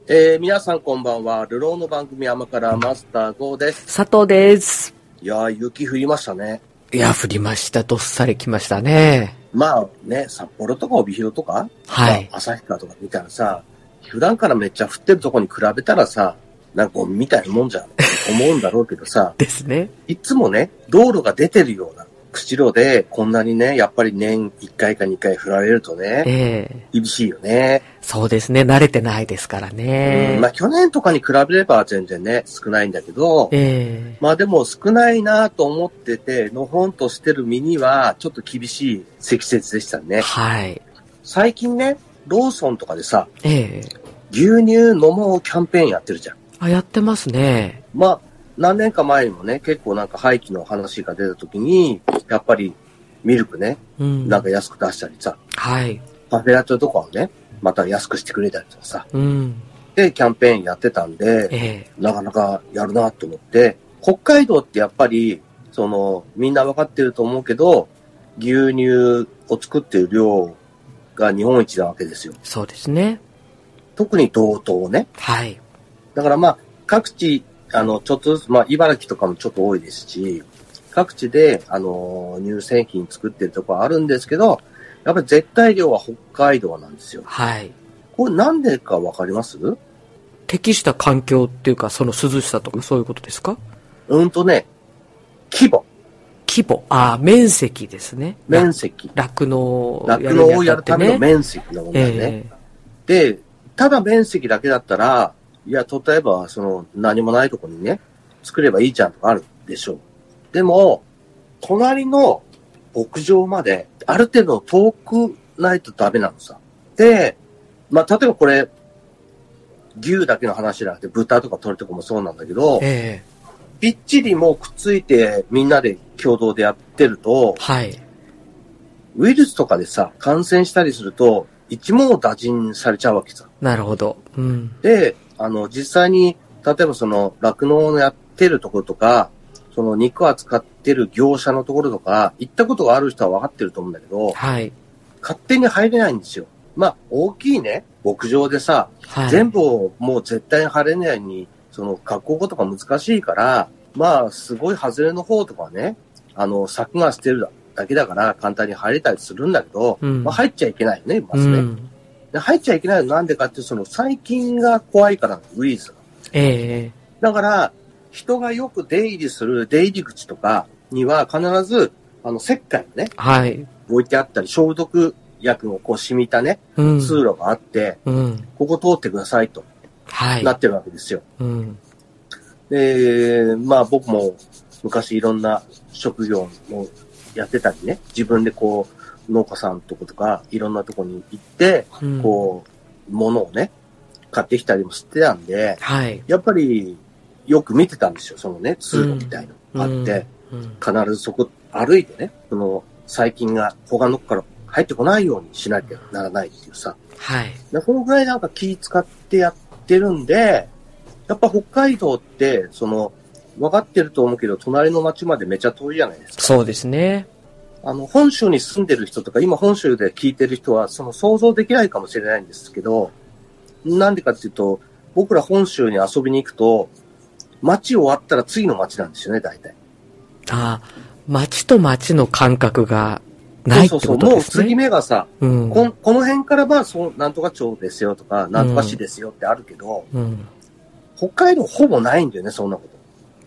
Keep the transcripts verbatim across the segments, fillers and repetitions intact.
えー、皆さんこんばんは。流浪の番組山からマスターゴーです。 佐藤です。 いやー、雪降りましたね。 いや、降りました。どっさり来ましたね。 まあね、札幌とか帯広とか、 はい。 まあ、旭川とか見たらさ、普段からめっちゃ降ってるとこに比べたらさ、なんかゴミみたいなもんじゃん思うんだろうけどさ。 ですね。 いつもね、道路が出てるような釧路でこんなにね、やっぱり年いっかいかにかい降られるとね、 ええ厳しいよね。 そうですね。慣れてないですからね。 うん、まあ去年とかに比べれば全然ね、少ないんだけど、 ええまあでも少ないなと思ってて、のほんとしてる身にはちょっと厳しい積雪でしたね。 はい。 最近ね、ローソンとかでさ、 ええ牛乳飲もうキャンペーンやってるじゃん。 あ、やってますね。 まあ、何年か前にもね、結構なんか廃棄の話が出た時に、やっぱりミルクね、 うん。 なんか安く出したりさ、 はい。 カフェラテとかをね、また安くしてくれたりとかさ、 うん。 で、キャンペーンやってたんで、 ええなかなかやるなと思って、北海道ってやっぱり、その、みんなわかってると思うけど、牛乳を作ってる量が日本一なわけですよ。 そうですね。 特に道東ね。 はい。 だからまあ、各地、あの、ちょっとずつ、まあ、茨城とかもちょっと多いですし、各地で、あの、乳製品作ってるところあるんですけど、やっぱり絶対量は北海道なんですよ。 はい。 これなんでかわかります？ 適した環境っていうか、その涼しさとかそういうことですか？ うんとね、規模。 規模。ああ、面積ですね。 面積。 酪農をや酪るにあたってね。 農をやるための面積の問題ね。 えで、ただ面積だけだったら、いや、例えば、その、何もないとこにね、作ればいいじゃんとかあるでしょう。でも、隣の牧場まで、ある程度遠くないとダメなのさ。で、まあ、例えばこれ、牛だけの話じゃなくて、豚とか鶏とかもそうなんだけど、 ええびっちりもうくっついてみんなで共同でやってると、 えはい。 ウイルスとかでさ、感染したりすると、一網打尽されちゃうわけさ。 なるほど。うん。 で、あの、実際に、例えばその、酪農をやってるところとか、その肉を扱ってる業者のところとか、行ったことがある人は分かってると思うんだけど、 はい。 勝手に入れないんですよ。まあ、大きいね、牧場でさ、 はい。 全部をもう絶対に入れないように、その、加工とか難しいから、まあ、すごい外れの方とかね、あの、柵がしてるだけだから簡単に入れたりするんだけど、 うんまあ、入っちゃいけないよね、まずね。 うんで入っちゃいけないのなんでかっていうと、その細菌が怖いから、ウイルスが。 ええだから、人がよく出入りする出入り口とかには必ず、あの、石灰をね、 はい。 置いてあったり、消毒薬をこう染みたね、 うん。 通路があって、 うん。 ここ通ってくださいとはい。 なってるわけですよ。 うん。 で、まあ僕も昔いろんな職業をやってたりね、自分でこう、農家さんとことか、いろんなとこに行って、 うんこう、物をね、買ってきたりもしてたんで、 はい。 やっぱりよく見てたんですよ、そのね、通路みたいのがあって、 うん。 必ずそこ歩いてね、その細菌が他の子から入ってこないようにしなきゃならないっていうさ、 はい。 でそのぐらいなんか気使ってやってるんで、やっぱ北海道って、その、分かってると思うけど、隣の町までめちゃ遠いじゃないですか。 そうですね。 あの、本州に住んでる人とか、今本州で聞いてる人は、その想像できないかもしれないんですけど、なんでかっていうと、僕ら本州に遊びに行くと、町終わったら次の町なんですよね、大体。 ああ、町と町の感覚がないってことですね。 そうそうそう、もう次目がさ、 うん。 ここの辺からまあ、そう、なんとか町ですよとか、なんとか市ですよってあるけど、 うん。 北海道ほぼないんだよね、そんなこと。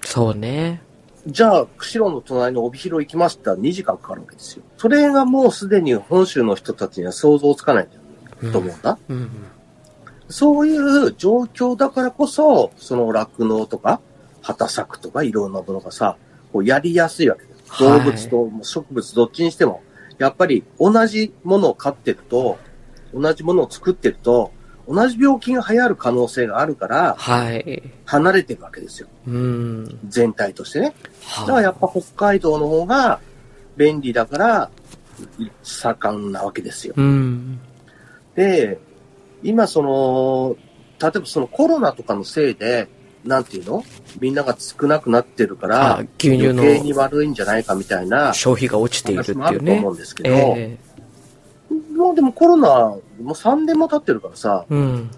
そうね。 じゃあ、釧路の隣の帯広行きましたらにじかんかかるわけですよ。それがもうすでに本州の人たちには想像つかないんだよ、と思うんだ。 うん。 そういう状況だからこそ、その酪農とか、畑作とかいろんなものがさ、こうやりやすいわけだよ。動物と植物どっちにしても、やっぱり同じものを飼ってると、同じものを作ってると、同じ病気が流行る可能性があるから、 はい。 離れてるわけですよ。 うん。 全体としてね。 はあだからやっぱ北海道の方が便利だから盛んなわけですよ。 うん。 で、今その、例えばそのコロナとかのせいで、なんていうのみんなが少なくなってるから、 あ牛乳の余計に悪いんじゃないかみたいな消費が落ちているっていうね。 話もあると思うんですけど、 えもうでもコロナ、もうさんねんも経ってるからさ、 えうん。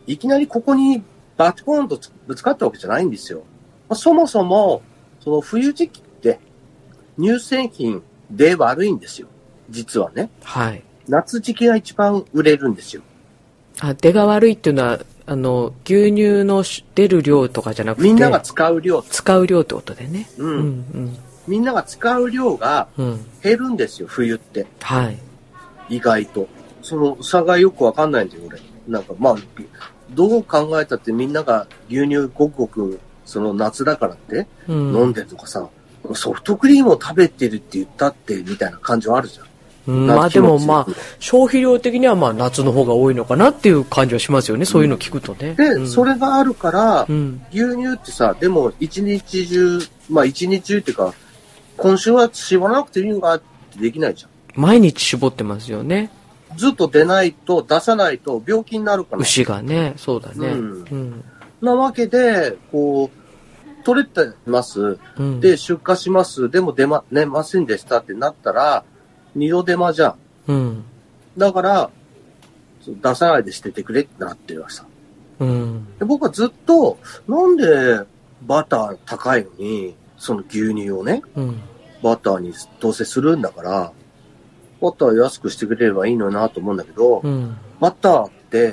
いきなりここにバチコーンとぶつかったわけじゃないんですよ。まあ、そもそも、その冬時期って乳製品で悪いんですよ。実はね。 はい。 夏時期が一番売れるんですよ。 あ、出が悪いっていうのは、あの、牛乳の出る量とかじゃなくて。 みんなが使う量。 使う量ってことでね。 うん。うんうん、みんなが使う量が減るんですよ、うん、冬って。 はい。 意外と。その差がよくわかんないんだよ、俺。なんか、まあ、どう考えたってみんなが牛乳ごくごく、その夏だからって飲んでるとかさ、うん、ソフトクリームを食べてるって言ったって、みたいな感じはあるじゃん。 うん、まあでもまあ、消費量的にはまあ夏の方が多いのかなっていう感じはしますよね、そういうの聞くとね。 で、 うん、 それがあるから、うん、牛乳ってさ、でも一日中、まあ一日中っていうか、今週は絞らなくていいのかってできないじゃん。 毎日絞ってますよね。 ずっと出ないと、出さないと病気になるから。 牛がね、そうだね。うん。 うん、なわけで、こう、取れてます。うん、で、出荷します。でも出ま、ねませんでしたってなったら、二度手間じゃん。うん。だから、出さないで捨ててくれってなってるわさ。うん。で僕はずっと、なんでバター高いのに、その牛乳をね、うん、バターにどうせするんだから、バター安くしてくれればいいのになと思うんだけど、うん、バターって、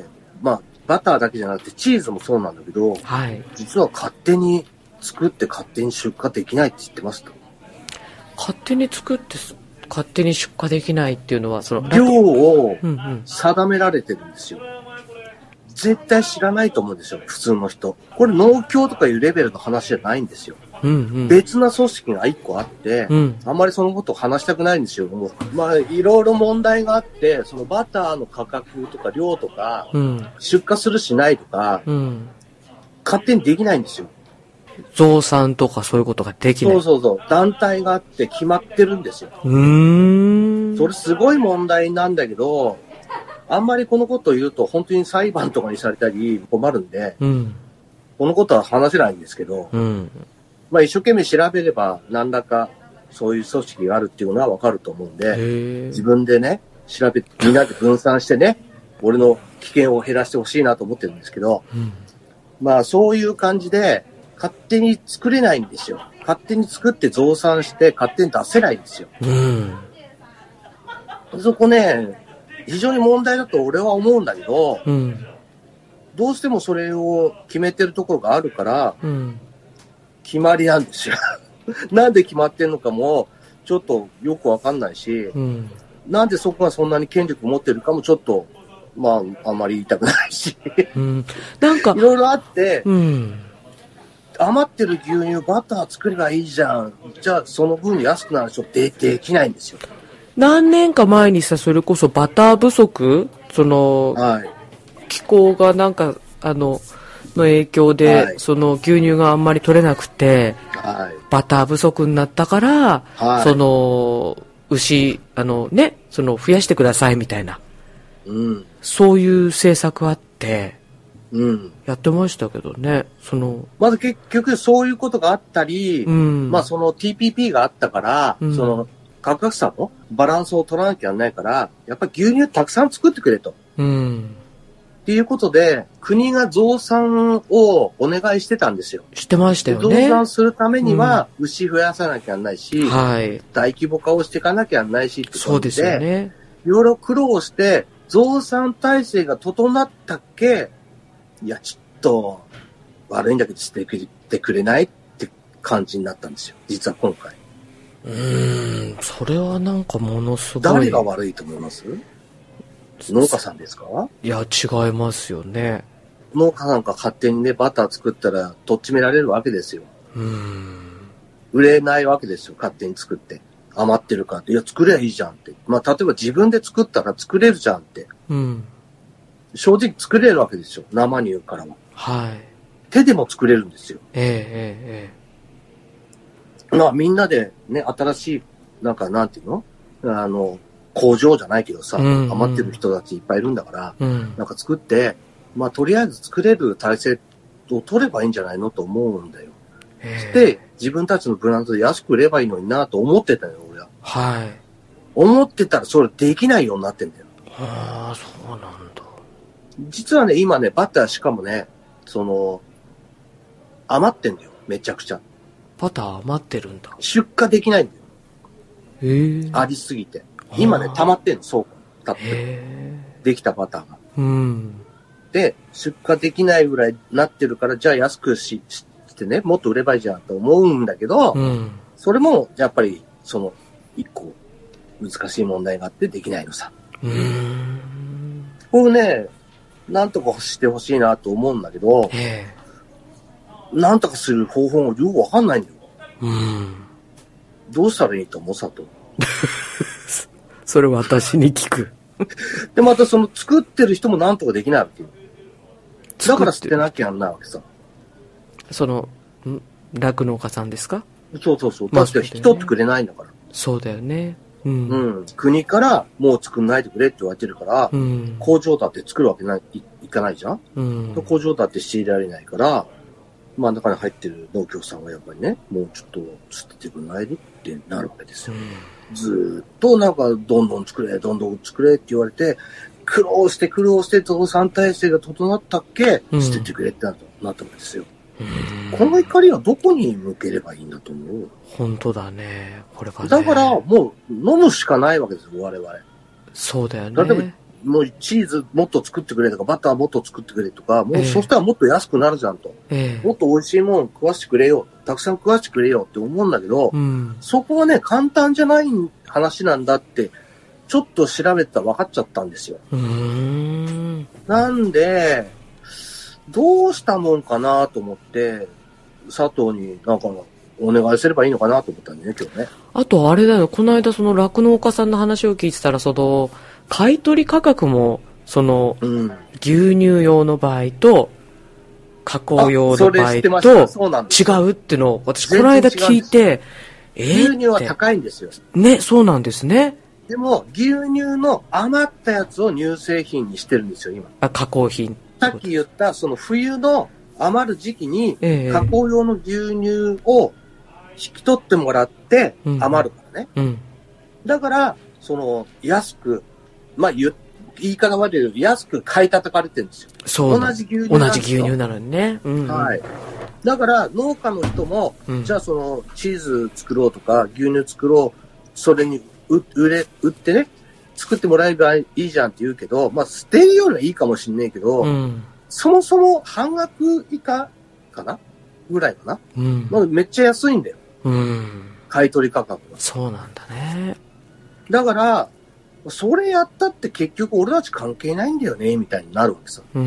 まあ、バターだけじゃなくてチーズもそうなんだけど、はい、実は勝手に作って勝手に出荷できないって言ってますと。 勝手に作って勝手に出荷できないっていうのは、その量を定められてるんですよ。うんうん、絶対知らないと思うんですよ、普通の人。これ農協とかいうレベルの話じゃないんですよ。うんうん、別な組織が一個あって、うん、あんまりそのことを話したくないんですよ。もうまあ、いろいろ問題があって、そのバターの価格とか量とか、うん、出荷するしないとか、うん、勝手にできないんですよ。 増産とかそういうことができない。 そうそうそう。団体があって決まってるんですよ。うーん。それすごい問題なんだけど、あんまりこのことを言うと本当に裁判とかにされたり困るんで、うん、このことは話せないんですけど、うん、まあ一生懸命調べれば何らかそういう組織があるっていうのはわかると思うんで、自分でね、調べてみんなで分散してね、俺の危険を減らしてほしいなと思ってるんですけど、うん、まあそういう感じで勝手に作れないんですよ。勝手に作って増産して勝手に出せないんですよ。うん、そこね、非常に問題だと俺は思うんだけど、うん、どうしてもそれを決めてるところがあるから、うん、決まりなんですよ。なんで決まってるのかもちょっとよくわかんないし、うん、なんでそこがそんなに権力持ってるかもちょっと、まあ、あんまり言いたくないし、うん、なんかいろいろあって、うん、余ってる牛乳バター作ればいいじゃん。じゃあその分安くなるでしょってできないんですよ。 何年か前にさ、それこそバター不足、その、はい、気候がなんか、あの、の影響で、はい、その牛乳があんまり取れなくて、はい、バター不足になったから、はい、その、牛、あのね、その増やしてくださいみたいな、うん、そういう政策あって、うん、やってましたけどね。そのまず結局そういうことがあったり、うん、まあその ティーピーピー があったから、うん、その価格差のバランスを取らなきゃいけないから、やっぱり牛乳たくさん作ってくれと。うん、っていうことで、国が増産をお願いしてたんですよ。 してましたよね。 増産するためには、牛増やさなきゃいけないし、うん、はい、大規模化をしていかなきゃいけないしってことで、そうですよね。いろいろ苦労して、増産体制が整ったっけ、いや、ちょっと悪いんだけどしてくれてくれないって感じになったんですよ。実は今回。 うーん、それはなんかものすごい。 誰が悪いと思います？農家さんですか？ いや、違いますよね。 農家なんか勝手にね、バター作ったらとっちめられるわけですよ。うーん。売れないわけですよ、勝手に作って。余ってるからって。いや、作ればいいじゃんって。まあ、例えば自分で作ったら作れるじゃんって。うん。正直作れるわけですよ、生乳からは。はい。手でも作れるんですよ。ええええ。まあみんなでね、新しい、なんかなんていうのあの、工場じゃないけどさ、うんうん、余ってる人たちいっぱいいるんだから、うん、なんか作って、まあとりあえず作れる体制を取ればいいんじゃないのと思うんだよ。で、自分たちのブランドで安く売ればいいのになと思ってたよ、俺は。はい。思ってたらそれできないようになってんだよ。 はあ、そうなんだ。 実はね、今ね、バターしかもね、その、余ってんだよ。めちゃくちゃ。 バター余ってるんだ。 出荷できないんだよ。 へー。 ありすぎて。今ね、溜まってんの、倉庫に。たってへできたバターが。 ー。うん。 で、出荷できないぐらいになってるから、じゃあ安くししてね、もっと売ればいいじゃんと思うんだけど、 うん、 それも、やっぱり、その、一個、難しい問題があってできないのさ。 うーん。 これね、なんとかしてほしいなと思うんだけど、 ええ、なんとかする方法がよくわかんないんだよ。 うん。 どうしたらいいと思うさと。 それ私に聞く。 で、またその作ってる人もなんとかできないわけよ。だから捨てなきゃなんないわけさ。 その、ん酪農家さんですか？ そうそうそう。だって引き取ってくれないんだから。 そうだよね。うん。 うん。国からもう作んないでくれって言われてるから、うん、工場だって作るわけない、い, いかないじゃん、うん、工場だって仕入れられないから、まあ中に入ってる農協さんはやっぱりね、もうちょっと捨ててくれないでってなるわけですよ。うん、ずーっとなんかどんどん作れ、どんどん作れって言われて、苦労して苦労して増産体制が整ったっけ、うん、捨ててくれってなったわけですよ。この怒りはどこに向ければいいんだと思う？ 本当だね。これはね。 だからもう飲むしかないわけですよ、我々。 そうだよね。 例えばもうチーズもっと作ってくれとか、バターもっと作ってくれとか、もうそしたらもっと安くなるじゃんと。えー、もっと美味しいもの食わしてくれよ。たくさん食わしてくれよって思うんだけど、うん、そこはね、簡単じゃない話なんだって、ちょっと調べたら分かっちゃったんですよ。 うーん。 なんで、どうしたもんかなと思って、佐藤になんかお願いすればいいのかなと思ったんだよね、今日ね。 あとあれだよ、この間その酪農家さんの話を聞いてたら、その、買い取り価格も、その、うん、牛乳用の場合と、加工用の場合と違うってのを、私この間聞いて、 えー、牛乳は高いんですよ。 ね、そうなんですね。 でも、牛乳の余ったやつを乳製品にしてるんですよ、今。 あ、加工品。 さっき言った、その冬の余る時期に、加工用の牛乳を引き取ってもらって余るからね。うんうん、だから、その、安く、まあ、言、言い方悪いけど、安く買い叩かれてるんですよ。 そう。 同じ牛乳同じ牛乳なのにね。うんうん、 はい。だから、農家の人も、うん、じゃあその、チーズ作ろうとか、牛乳作ろう、それに売れ、売ってね、作ってもらえばいいじゃんって言うけど、まあ、捨てるよりはいいかもしんないけど、うん、そもそも半額以下かなぐらいかな、うん、まあ、めっちゃ安いんだよ。うん、買い取り価格が。 そうなんだね。 だから、それやったって結局俺たち関係ないんだよね、みたいになるわけさ。うん、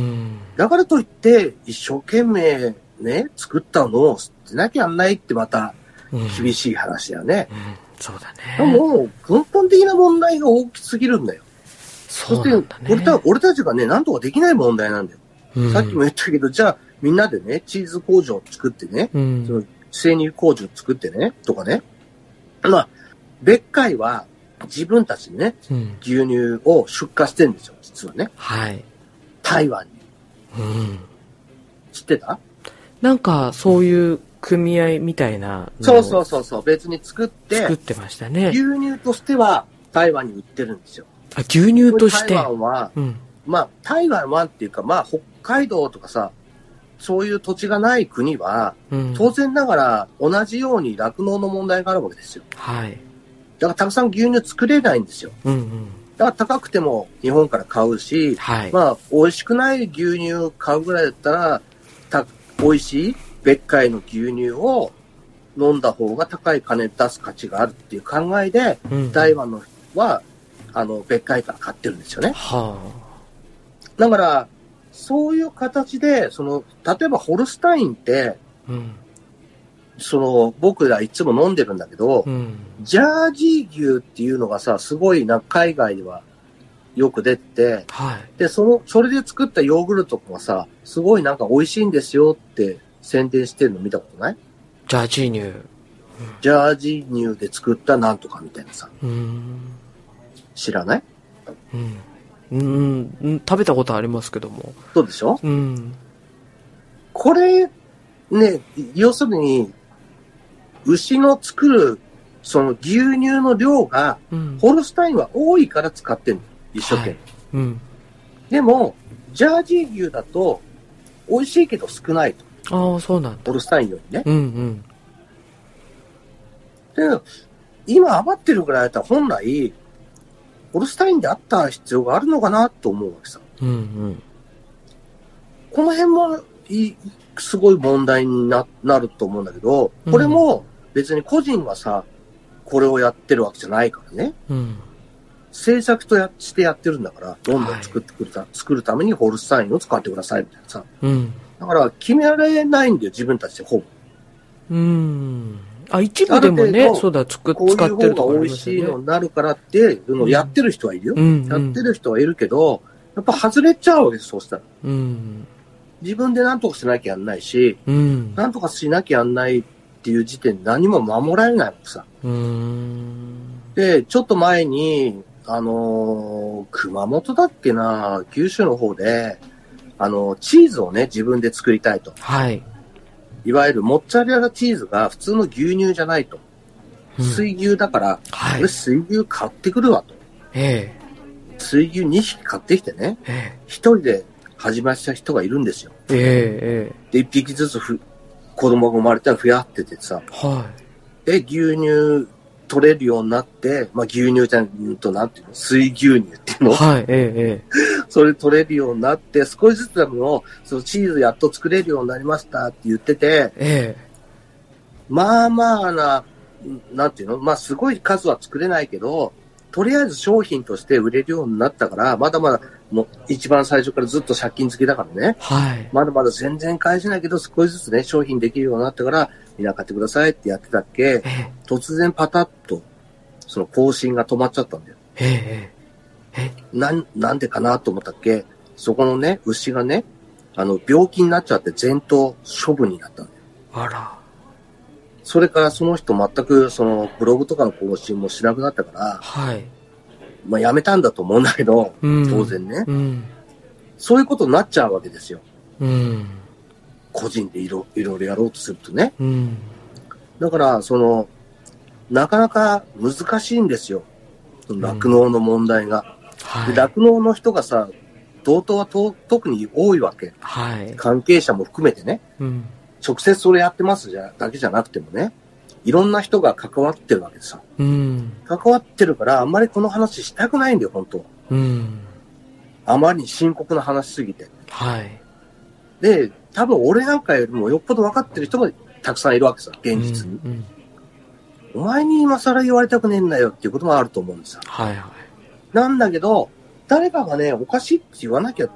だからといって、一生懸命ね、作ったのを捨てなきゃやんないってまた厳しい話だよね。うんうん、 そうだね。でも、根本的な問題が大きすぎるんだよ。 そうなんだね。 そして俺た、俺たちがね、なんとかできない問題なんだよ。うん、さっきも言ったけど、じゃあみんなでね、チーズ工場を作ってね、うん、その生乳工場を作ってね、とかね。まあ、別海は自分たちにね、うん、牛乳を出荷してるんですよ、実はね。 はい。 台湾に。うん。知ってた？ なんか、そういう組合みたいな。 そうそうそうそう、別に作って。 作ってましたね。 牛乳としては台湾に売ってるんですよ。 あ、牛乳として。 台湾は、うん、まあ、台湾はっていうか、まあ、北海道とかさ、そういう土地がない国は、うん、当然ながら同じように酪農の問題があるわけですよ。 はい。 だからたくさん牛乳作れないんですよ。うんうん。だから高くても日本から買うし、はい、まあ、美味しくない牛乳を買うぐらいだったら、た美味しい別海の牛乳を飲んだ方が高い金出す価値があるっていう考えで、うん、台湾の人は、あの、別海から買ってるんですよね。はあ。だから、そういう形で、その、例えばホルスタインって、うん、その、僕らいつも飲んでるんだけど、うん、ジャージー牛っていうのがさ、すごいな、海外ではよく出てて、はい、で、その、それで作ったヨーグルトがさ、すごいなんか美味しいんですよって宣伝してるの見たことない？ ジャージー乳。うん、 ジャージー乳で作ったなんとかみたいなさ。うーん、知らない？ うんうん、食べたことありますけども。 そうでしょ？うん。これ、ね、要するに、牛の作る、その牛乳の量が、うん、ホルスタインは多いから使ってるの。一生懸命。はい、うん。でも、 ジャージー牛だと美味しいけど少ないと。 ああ、そうなんだ。 ホルスタインよりね。 うんうん。 で、今余ってるぐらいだったら本来、ホルスタインであった必要があるのかなと思うわけさ。 うんうん。 この辺もいすごい問題に な, なると思うんだけど、これも別に個人がさ、これをやってるわけじゃないからね。 うん、 制作とやしてやってるんだから、どんどん作ってくるた、はい、作るためにホルスタインを使ってくださいみたいなさ。 うん、 だから決められないんだよ、自分たちでほぼ。 うん。あ、一部でもね、そうだ、つくこういう方が美味しいのになるからって、うん、やってる人はいるよ、うんうん。やってる人はいるけど、やっぱ外れちゃうわけです、そうしたら。 うん、 自分で何とかしなきゃやんないし、うん、何とかしなきゃやんないっていう時点で何も守られないわけさ。 うん、 で、ちょっと前に、あのー、熊本だっけな、九州の方で、あのー、チーズをね、自分で作りたいと。 はい。 いわゆるモッツァレラチーズが普通の牛乳じゃないと。うん、水牛だから、はい、俺水牛買ってくるわと。 ええ、 水牛にひき買ってきてね、ええ、一人で始まった人がいるんですよ。 ええ、 で、一匹ずつふ子供が生まれたら増やっててさ。 はい。 で、牛乳取れるようになって、まあ牛乳じゃんとなんていうの、水牛乳っていうの。 はい、ええ、 それ取れるようになって、少しずつでも、そのチーズやっと作れるようになりましたって言ってて、 ええ、 まあまあな、なんていうの、まあすごい数は作れないけど、とりあえず商品として売れるようになったから、まだまだもう一番最初からずっと借金付きだからね。 はい。 まだまだ全然返せないけど、少しずつね、商品できるようになったから、みんな買ってくださいってやってたっけ、突然パタッと、その更新が止まっちゃったんだよ。 ええ、えなん、なんでかなと思ったっけ、そこのね、牛がね、あの、病気になっちゃって全頭処分になったんだよ。 あら。 それからその人全くそのブログとかの更新もしなくなったから、 はい。 まあやめたんだと思うんだけど、 うん、 当然ね、 うん。 そういうことになっちゃうわけですよ。 うん。 個人でいろいろやろうとするとね。 うん。 だから、その、なかなか難しいんですよ。酪農の問題が。酪農、はい、の人がさ、同等はと特に多いわけ。 はい。 関係者も含めてね。 うん。 直接それやってますじゃだけじゃなくてもね、いろんな人が関わってるわけでさ。 うん。 関わってるから、あんまりこの話したくないんだよ、本当は。 うん。 あまりに深刻な話すぎて。 はい。 で、多分俺なんかよりもよっぽど分かってる人もたくさんいるわけさ、現実に。 うんうん、お前に今更言われたくねえんだよっていうこともあると思うんですよ。 はいはい。 なんだけど、誰かがね、おかしいって言わなきゃって、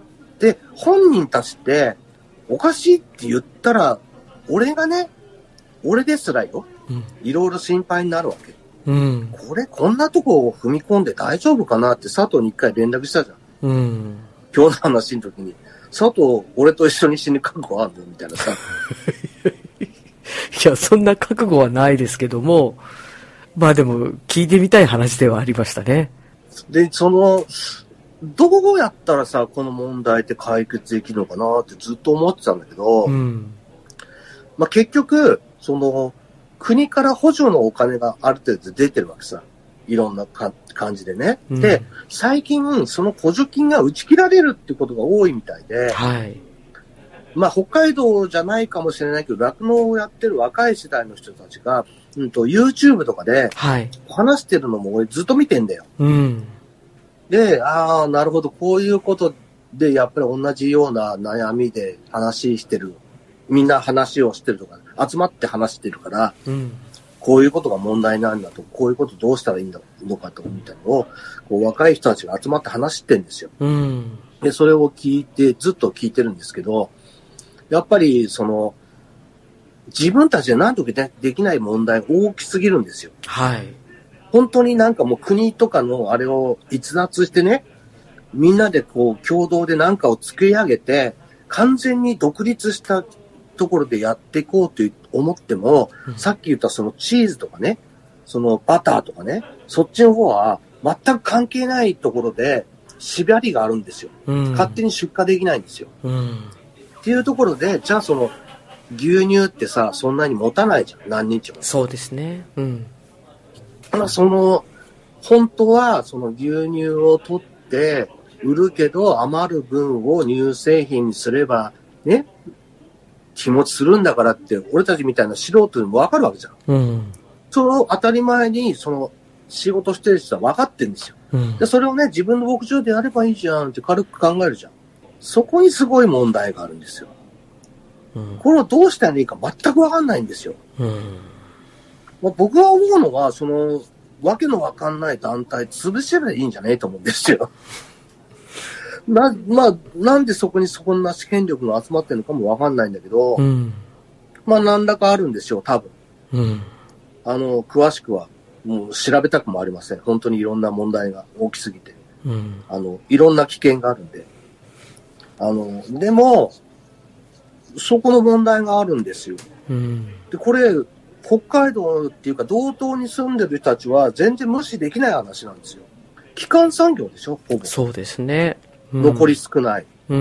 本人たちって、おかしいって言ったら、俺がね、俺ですらよ、いろいろ心配になるわけ。 うん。 これ、こんなとこを踏み込んで大丈夫かなって佐藤に一回連絡したじゃん。 うん。 今日の話の時に、佐藤、俺と一緒に死ぬ覚悟あんのみたいなさ。 いや、そんな覚悟はないですけども、まあでも、聞いてみたい話ではありましたね。 で、その、どうやったらさ、この問題って解決できるのかなってずっと思ってたんだけど、 うん、 まあ結局、その、国から補助のお金がある程度出てるわけさ。いろんなか感じでね、うん。で、最近、その補助金が打ち切られるってことが多いみたいで、 はい。 まあ北海道じゃないかもしれないけど、酪農をやってる若い世代の人たちが、うんと、YouTube とかで、話してるのも俺ずっと見てんだよ。 うん。 で、ああ、なるほど、こういうことで、やっぱり同じような悩みで話してる。みんな話をしてるとか、集まって話してるから、 うん、 こういうことが問題なんだと、こういうことどうしたらいいんだのかと、みたいなのを、こう若い人たちが集まって話してるんですよ。 うん、 で、それを聞いて、ずっと聞いてるんですけど、やっぱり、その、自分たちで何とかできない問題大きすぎるんですよ。 はい。 本当になんかもう国とかのあれを逸脱してね、みんなでこう共同で何かを作り上げて、完全に独立したところでやっていこうと思っても、うん、さっき言ったそのチーズとかね、そのバターとかね、そっちの方は全く関係ないところで縛りがあるんですよ。うん、勝手に出荷できないんですよ。 うん、 っていうところで、じゃあその牛乳ってさ、そんなに持たないじゃん、何日も。 そうですね。うん。 まあ、その、本当はその牛乳を取って、 売るけど余る分を乳製品にすればね、日持ちするんだからって、俺たちみたいな素人にも分かるわけじゃん。うん、その当たり前に、その仕事してる人は分かってるんですよ。うん、でそれをね、自分の牧場でやればいいじゃんって軽く考えるじゃん。そこにすごい問題があるんですよ。うん、これをどうしたらいいか全く分かんないんですよ。うん、まあ、僕が思うのは、その、わけの分かんない団体潰せばいいんじゃねえと思うんですよ。な、まあ、なんでそこにそんな権力が集まってるのかもわかんないんだけど、うん、まあ、何らかあるんですよ、多分。うん、あの、詳しくは、もう調べたくもありません。本当にいろんな問題が大きすぎて。うん、あの、いろんな危険があるんで。あの、でも、そこの問題があるんですよ。うん、で、これ、北海道っていうか、道東に住んでる人たちは全然無視できない話なんですよ。基幹産業でしょ、ほぼ。 そうですね。 残り少ない、うん、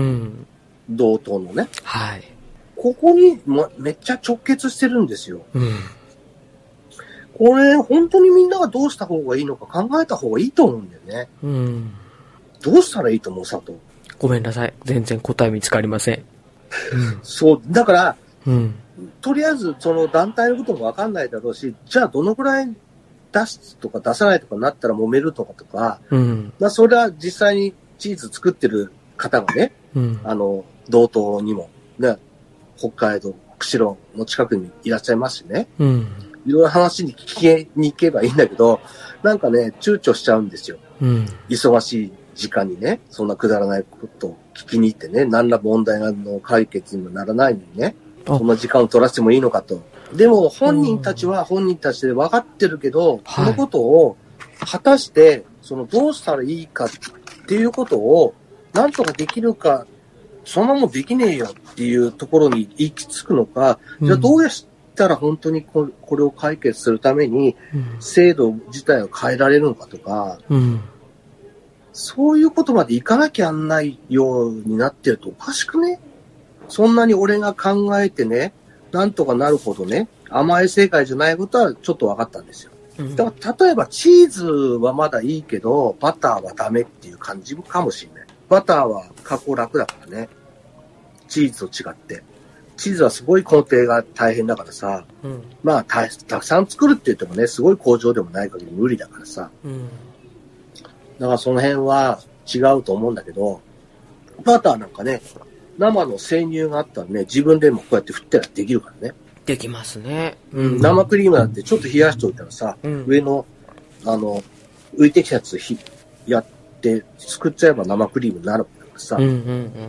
道東のね、はい、ここに、ま、めっちゃ直結してるんですよ、うん、これ本当にみんながどうした方がいいのか考えた方がいいと思うんだよね、うん、どうしたらいいと思う？佐藤。 ごめんなさい、全然答え見つかりません、 うん、そうだから、うん、とりあえずその団体のことも分かんないだろうし、じゃあどのくらい出すとか出さないとかなったら揉めるとかとか、うん、まあそれは実際にチーズ作ってる方がね、うん、あの、道東にも、ね、北海道、釧路の近くにいらっしゃいますしね、うん、いろいろ話に聞きに行けばいいんだけど、なんかね、躊躇しちゃうんですよ。うん、忙しい時間にね、そんなくだらないことを聞きに行ってね、何ら問題の解決にもならないのにね、そんな時間を取らせてもいいのかと。でも本人たちは本人たちで分かってるけど、そのことを果たして、そのどうしたらいいかっていうことをなんとかできるか、そんなもんできねえよっていうところに行き着くのか、うん、じゃあどうやったら本当にこれを解決するために制度自体を変えられるのかとか、うん、そういうことまでいかなきゃなんないようになってるとおかしくね？そんなに俺が考えてね、なんとかなるほどね、甘い正解じゃないことはちょっと分かったんですよ。だから例えばチーズはまだいいけど、バターはダメっていう感じかもしれない。バターは加工楽だからね。チーズと違って。チーズはすごい工程が大変だからさ、うん、まあた、たくさん作るって言ってもね、すごい工場でもない限り無理だからさ。うん、だからその辺は違うと思うんだけど、バターなんかね、生の生乳があったらね、自分でもこうやって振ったらできるからね。 できますね。 うん、生クリームなんてちょっと冷やしておいたらさ、うん、上の、あの、浮いてきたやつひやって作っちゃえば生クリームになるからさ、うんうんうん、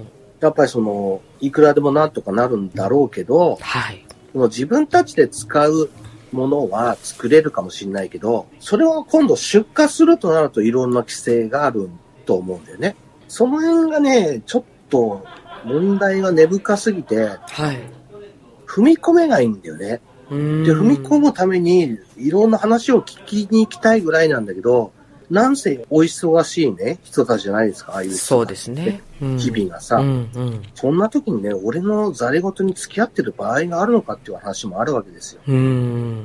やっぱりその、いくらでもなんとかなるんだろうけど、はい、その自分たちで使うものは作れるかもしれないけど、それは今度出荷するとなるといろんな規制があると思うんだよね。その辺がね、ちょっと問題が根深すぎて、はい、踏み込めないんだよね。で、踏み込むためにいろんな話を聞きに行きたいぐらいなんだけど、なんせお忙しいね、人たちじゃないですか、ああいう人、ね。 そうですね。うん、 日々がさ、うんうん。そんな時にね、俺のざれ言に付き合ってる場合があるのかっていう話もあるわけですよ。うん、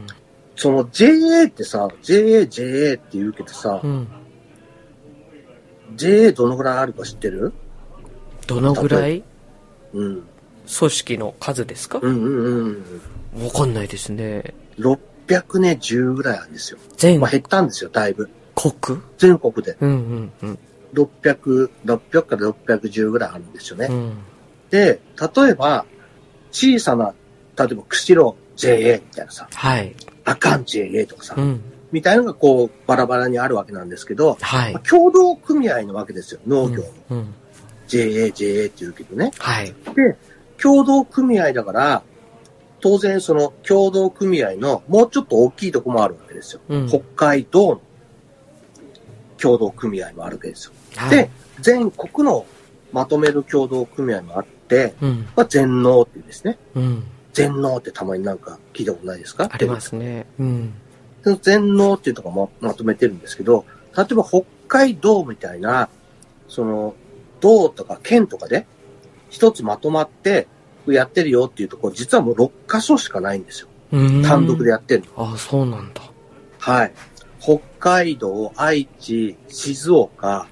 その ジェーエー ってさ、ジェーエー、ジェーエー って言うけどさ、うん、ジェーエー どのぐらいあるか知ってる？ どのぐらい？ うん。 組織の数ですか？うんうんうん。わかんないですね。 ろっぴゃくじゅうぐらいあるんですよ。全、まあ、減ったんですよ、だいぶ。 国？ 全国で。 うんうんうん。 ろっぴゃく、ろっぴゃくからろっぴゃくじゅうぐらいあるんですよね。うん、で、例えば、小さな、例えば、釧路 ジェーエー みたいなさ、はい。阿寒 ジェーエー とかさ、うん、みたいなのがこう、バラバラにあるわけなんですけど、はい。まあ、協同組合のわけですよ、農業の。うんうん、ジェーエー、ジェーエー って言うけどね。はい。で、協同組合だから、当然その協同組合のもうちょっと大きいとこもあるわけですよ。うん、北海道の協同組合もあるわけですよ。はい、で、全国のまとめる協同組合もあって、うん、まあ、全農っていうんですね。うん、全農ってたまになんか聞いたことないですか？ ありますね。うん、 全農っていうとこも ま, まとめてるんですけど、例えば北海道みたいな、その、道とか県とかで一つまとまってやってるよっていうところ、実はもうろっかしょしかないんですよ。単独でやってるの。ああ、そうなんだ。 はい。北海道、愛知、静岡、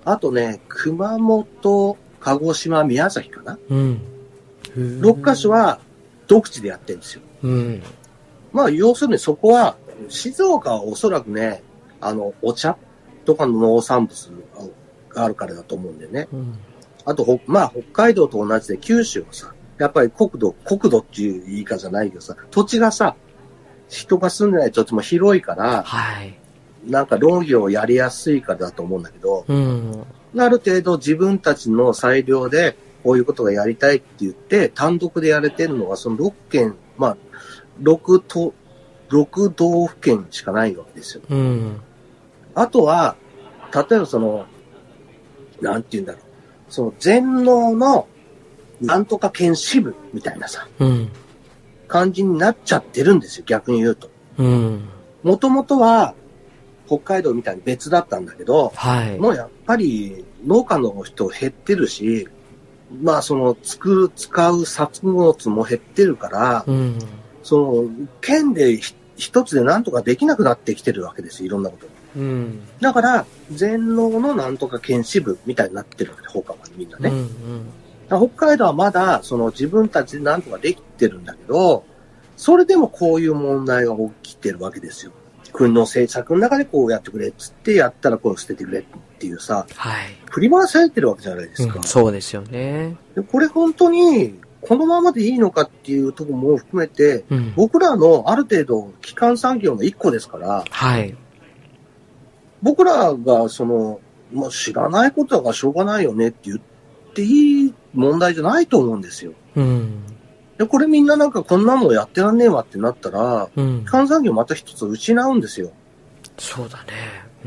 あとね、熊本、鹿児島、宮崎かな。 うん。 ろっかしょは独自でやってるんですよ。 うん。 まあ、要するにそこは、静岡はおそらくね、あの、お茶とかの農産物があるからだと思うんだよね。うん、あと、まあ、北海道と同じで九州はさ、やっぱり国土、国土っていう言い方じゃないけどさ、土地がさ、人が住んでない土地も広いから、 はい。 なんか農業をやりやすいからだと思うんだけど、 うん、 ある程度自分たちの裁量でこういうことがやりたいって言って単独でやれてるのはそのろっけん、まあろく都、ろく道府県しかないわけですよ。 うん、 あとは、例えばその、なんて言うんだろう、その全農のなんとか県支部みたいなさ、 うん、 感じになっちゃってるんですよ、逆に言うと。 うん。 もともとは北海道みたいに別だったんだけど、 はい、 もうやっぱり農家の人減ってるし、まあその作る、使う作物も減ってるから、 うん、 その県で一つでなんとかできなくなってきてるわけですよ、いろんなことが。 うん、 だから、全農のなんとか県支部みたいになってるわけで、他はみんなね。 うんうん、 北海道はまだその自分たちでなんとかできてるんだけど、それでもこういう問題が起きてるわけですよ。国の政策の中でこうやってくれっつってやったらこう捨ててくれっていうさ、 はい、 振り回されてるわけじゃないですか。 うん、そうですよね。 でこれ本当にこのままでいいのかっていうところも含めて、うん、僕らのある程度基幹産業の一個ですから、 はい、 僕らがその、まあ、知らないことだからしょうがないよねって言っていい問題じゃないと思うんですよ。 うん、 でこれみんななんかこんなのやってらんねえわってなったら、うん、基幹産業また一つ失うんですよ。 そうだね。うん、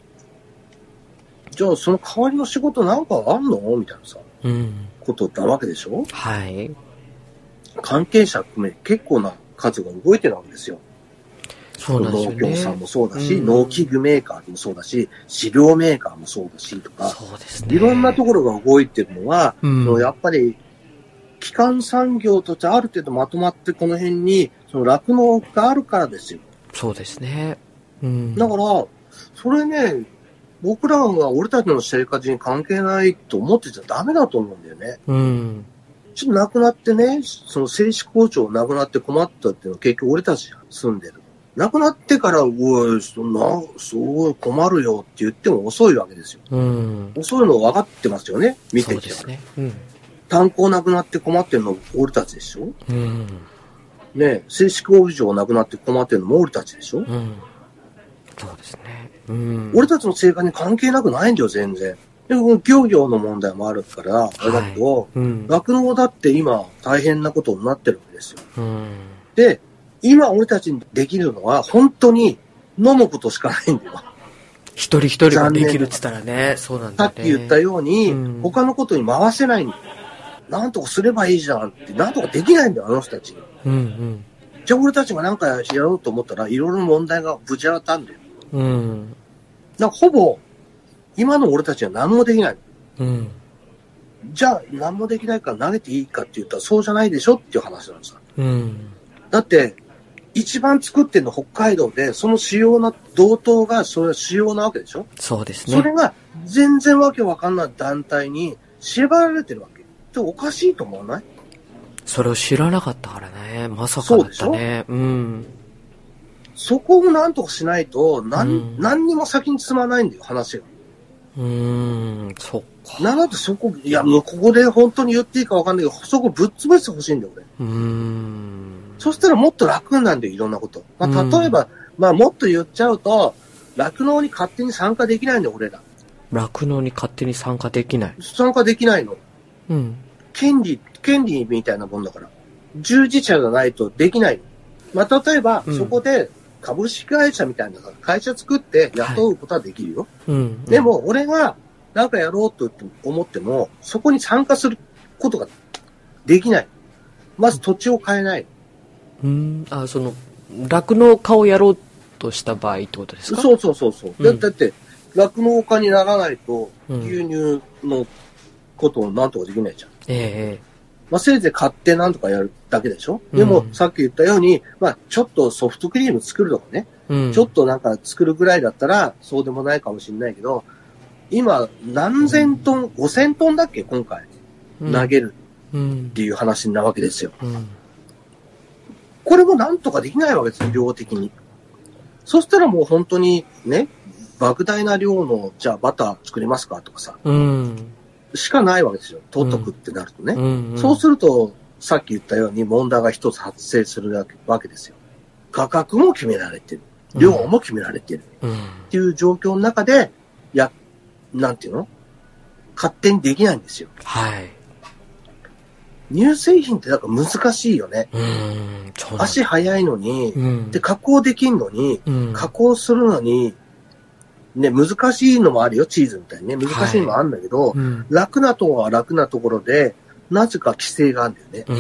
じゃあその代わりの仕事なんかあんのみたいなさ、 うん、 ことなわけでしょ。 はい。 関係者含め結構な数が動いてるわけですよ。 そうなんですよね。 農協さんもそうだし、うん、農機具メーカーもそうだし、飼料メーカーもそうだしとか、 そうですね。 いろんなところが動いてるのは、 うん、 やっぱり基幹産業としてある程度まとまってこの辺にその酪農があるからですよ。 そうですね。うん、 だから、それね、僕らが俺たちの生活に関係ないと思ってちゃダメだと思うんだよね。 うん。 ちょっと亡くなってね、その製紙工場亡くなって困ったっていうのは結局俺たち住んでる。亡くなってから、おい、そんな、すごい困るよって言っても遅いわけですよ。 うん。 遅いの分かってますよね、見てきて。 そうですね。うん。 炭鉱なくなって困ってるの俺たちでしょ。 うん。 ね、製紙工場なくなって困ってるのも俺たちでしょ。うん。 そうですね。うん。 俺たちの生活に関係なくないんだよ、全然。でも漁業の問題もあるから、あれだけど、酪農、はい、うん、だって今大変なことになってるわけですよ。 うん。 で、今俺たちにできるのは本当に飲むことしかないんだよ。 一人一人ができるって言ったらね、そうなんだね。 さっき言ったように、うん、他のことに回せないんだよ。なんとかすればいいじゃんって、なんとかできないんだよ、あの人たち。 うんうん。 じゃあ俺たちが何かやろうと思ったら、いろいろな問題がぶち当たるんだよ。 うん。 だからほぼ、今の俺たちは何もできない。 うん。 じゃあ何もできないから投げていいかって言ったらそうじゃないでしょっていう話なんですよ。 うん。 だって、一番作ってるの北海道で、その主要な道東がそれは主要なわけでしょ。 そうですね。 それが全然わけわかんない団体に縛られてるわけ。っておかしいと思わない？ それを知らなかったからね。まさかだったね。う、うん。 そこをなんとかしないと、なん、うん、何にも先に進まないんだよ、話が。 うーん、そっか。 なのでそこ、いや、もうここで本当に言っていいかわかんないけど、そこぶっ潰してほしいんだよ、俺。 うーん。 そしたらもっと楽になるんだよ、いろんなこと。まあ、例えば、まあ、もっと言っちゃうと、酪農に勝手に参加できないんだよ、俺ら。 酪農に勝手に参加できない。 参加できないの。 うん。 権利、権利みたいなもんだから。従事者がないとできないの。まあ、例えば、うん、そこで株式会社みたいな会社作って雇うことはできるよ。 はい、うんうん、 でも、俺がなんかやろうと思っても、そこに参加することができない。まず土地を変えない。 うん、あ、その、酪農家をやろうとした場合ってことですか？ そうそうそうそう。うん、だって、酪農家にならないと、牛乳のことをなんとかできないじゃん。 ええ。 まあ、せいぜい買ってなんとかやるだけでしょ。でも、うん、さっき言ったように、まあ、ちょっとソフトクリーム作るとかね、うん、ちょっとなんか作るぐらいだったら、そうでもないかもしれないけど、 今、何千トン、ごせんトンだっけ今回、投げるっていう話なわけですよ。うんうん、これもなんとかできないわけですよ、量的に。そしたらもう本当にね、莫大な量の、じゃあバター作れますかとかさ、うん、しかないわけですよ、取っとくってなるとね。うんうん、そうすると、さっき言ったように問題が一つ発生するわけですよ。価格も決められてる。量も決められてる。うん、っていう状況の中で、や、なんていうの？勝手にできないんですよ。はい。乳製品ってなんか難しいよね。うん、足早いのに、うん、で、加工できんのに、うん、加工するのに、ね、難しいのもあるよ、チーズみたいにね。難しいのもあるんだけど、はいうん、楽なところは楽なところで、なぜか規制があるんだよね。うん、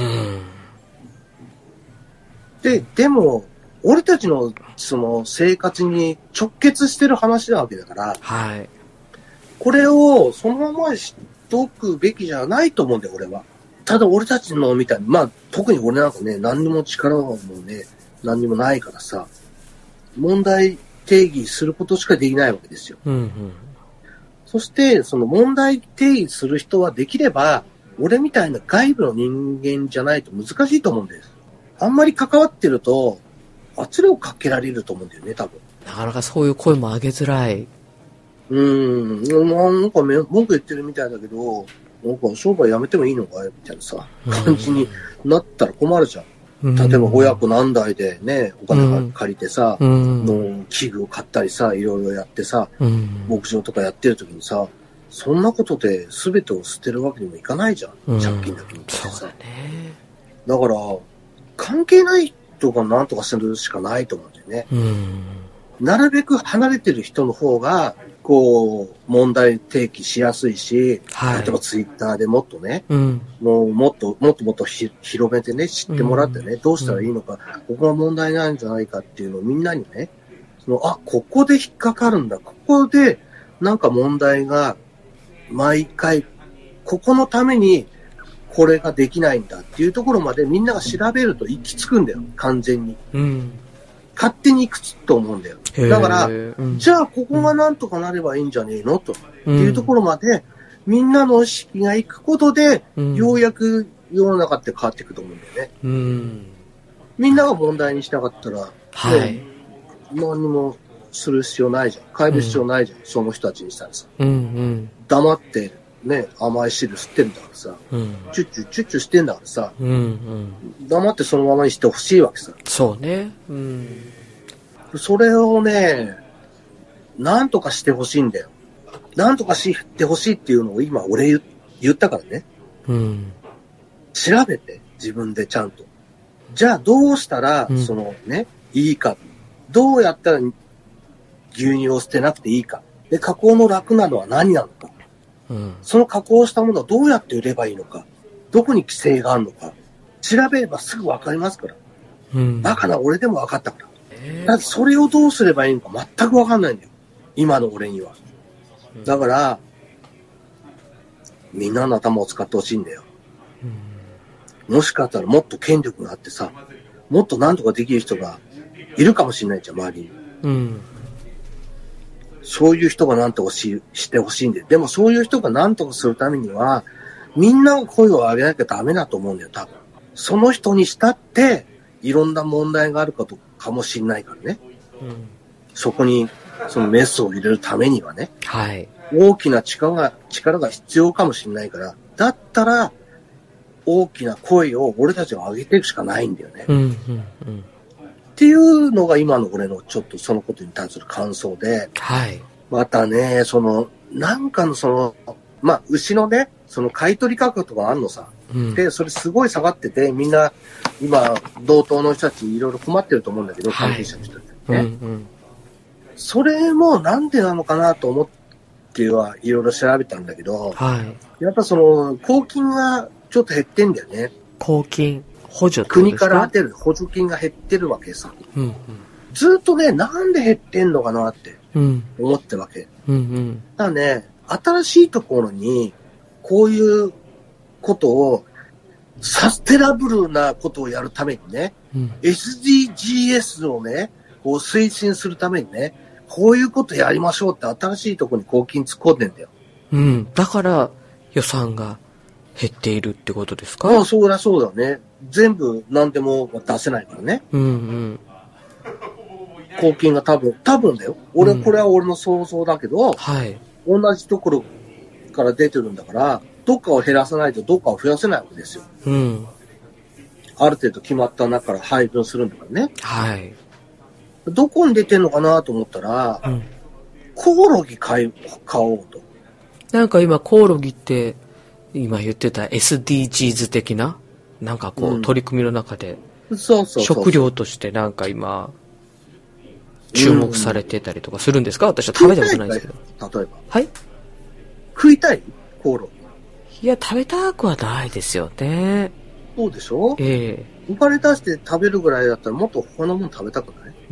で、でも、俺たちのその生活に直結してる話なわけだから、はい、これをそのまましとくべきじゃないと思うんだよ、俺は。ただ俺たちのみたいに、まあ特に俺なんかね、何にも力もね、何にもないからさ、問題定義することしかできないわけですよ。うんうん、そして、その問題定義する人はできれば、俺みたいな外部の人間じゃないと難しいと思うんです。あんまり関わってると、圧力かけられると思うんだよね、多分。 なかなかそういう声も上げづらい。 うーん、なんか文句言ってるみたいだけど、なんか商売やめてもいいのかいみたいなさ、感じになったら困るじゃん。うん、例えば親子何代でね、お金借りてさ、うん、の器具を買ったりさ、いろいろやってさ、うん、牧場とかやってる時にさ、そんなことで全てを捨てるわけにもいかないじゃん。うん、借金だけにしてさ。そうだね。だから、関係ない人が何とかするしかないと思うんだよね。うん、なるべく離れてる人の方が、こう、問題提起しやすいし、はい、例えばツイッターでもっとね、うん、もうもっともっともっとひ広めてね、知ってもらってね、うん、どうしたらいいのか、ここが問題なんじゃないかっていうのをみんなにね、そのあ、ここで引っかかるんだ、ここでなんか問題が毎回、ここのためにこれができないんだっていうところまでみんなが調べると行き着くんだよ、完全に。うん勝手に行くと思うんだよ。だから、うん、じゃあここがなんとかなればいいんじゃねえのと、うん、っていうところまで、みんなの意識が行くことで、うん、ようやく世の中って変わっていくと思うんだよね。うん、みんなが問題にしなかったら、はい、何にもする必要ないじゃん。変える必要ないじゃん。うん、その人たちにしたらさ。うんうん、黙ってね、甘い汁吸ってるんだからさ、うん、チュッチュチュッチュしてんだからさ、うんうん、黙ってそのままにしてほしいわけさ。 そうね。うん、 それをね、なんとかしてほしいんだよ。なんとかしてほしいっていうのを今俺言、言ったからね。うん、調べて、自分でちゃんと。じゃあどうしたら、うん、そのね、いいか。どうやったら牛乳を捨てなくていいか。で、加工の楽なのは何なのか。うん、その加工したものをどうやって売ればいいのか。どこに規制があるのか。調べればすぐわかりますから。うん、だから俺でもわかったから。だってそれをどうすればいいのか全くわかんないんだよ。今の俺には。だから、みんなの頭を使ってほしいんだよ。うん、もしかしたらもっと権力があってさ、もっと何とかできる人がいるかもしれないじゃん、周りに。うん、そういう人が何とかししてほしいんだよ。でもそういう人が何とかするためには、みんなが声を上げなきゃダメだと思うんだよ、多分。その人にしたって、いろんな問題があるかとかもしれないからね。うん、そこに、そのメスを入れるためにはね。はい。大きな力が、力が必要かもしれないから、だったら、大きな声を俺たちが上げていくしかないんだよね。うんうんうん、っていうのが今の俺のちょっとそのことに対する感想で。はい。またね、その、なんかのその、まあ、牛のね、その買い取り価格とかあんのさ。うん、で、それすごい下がってて、みんな、今、同等の人たちいろいろ困ってると思うんだけど、関係者の人たちね、うんうん。それもなんでなのかなと思ってはいろいろ調べたんだけど、はい、やっぱその、公金がちょっと減ってんだよね。 公金補助って国から当てる補助金が減ってるわけさ。うんうん、ずっとね、なんで減ってんのかなって思ってるわけ。うんうん、だからね、新しいところに、こういうことを、サステナブルなことをやるためにね、うん、エスディージーエス をね、こう推進するためにね、 こういうことやりましょうって新しいところに公金突っ込んでんだよ。 うん。だから予算が減っているってことですか？ ああ、そうだそうだね。全部何でも出せないからね。 うんうん。 公金が多分、多分だよ。俺、うん、これは俺の想像だけど、 はい。 同じところから出てるんだから、どっかを減らさないとどっかを増やせないわけですよ。 うん。 ある程度決まった中から配分するんだからね。 はい。 どこに出てんのかなと思ったら、うん、コオロギ買い、買おうと。 なんか今コオロギって、今言ってた エスディージーズ 的な、なんかこう、うん、取り組みの中で、 そうそうそうそう食料としてなんか今、注目されてたりとかするんですか？うん、私は食べたことないんですけど。 例えば。 はい？ 食いたい？コオロギ。いや、食べたくはないですよね。 そうでしょ？ ええー。生まれ出して食べるぐらいだったらもっと他のもの食べたくない？ うん。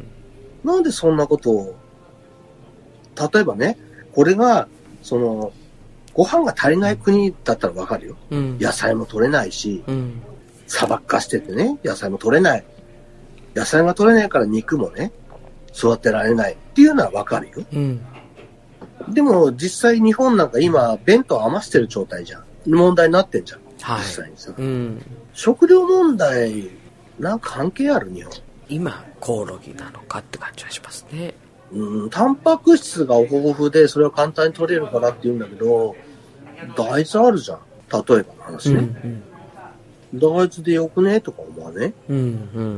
なんでそんなことを、例えばね、これが、その、ご飯が足りない国だったらわかるよ。うん、野菜も取れないし、うん、砂漠化しててね、野菜も取れない。野菜が取れないから肉もね、育てられないっていうのはわかるよ。うん、でも実際日本なんか今、弁当余してる状態じゃん。問題になってんじゃん。はい、実際にさ、うん。食料問題、なんか関係ある日本。 今、コオロギなのかって感じはしますね。 うん、タンパク質が豊富でそれは簡単に取れるからって言うんだけど、大豆あるじゃん。例えばの話ね。うんうん、大豆でよくねとか思わね、うんうんうん。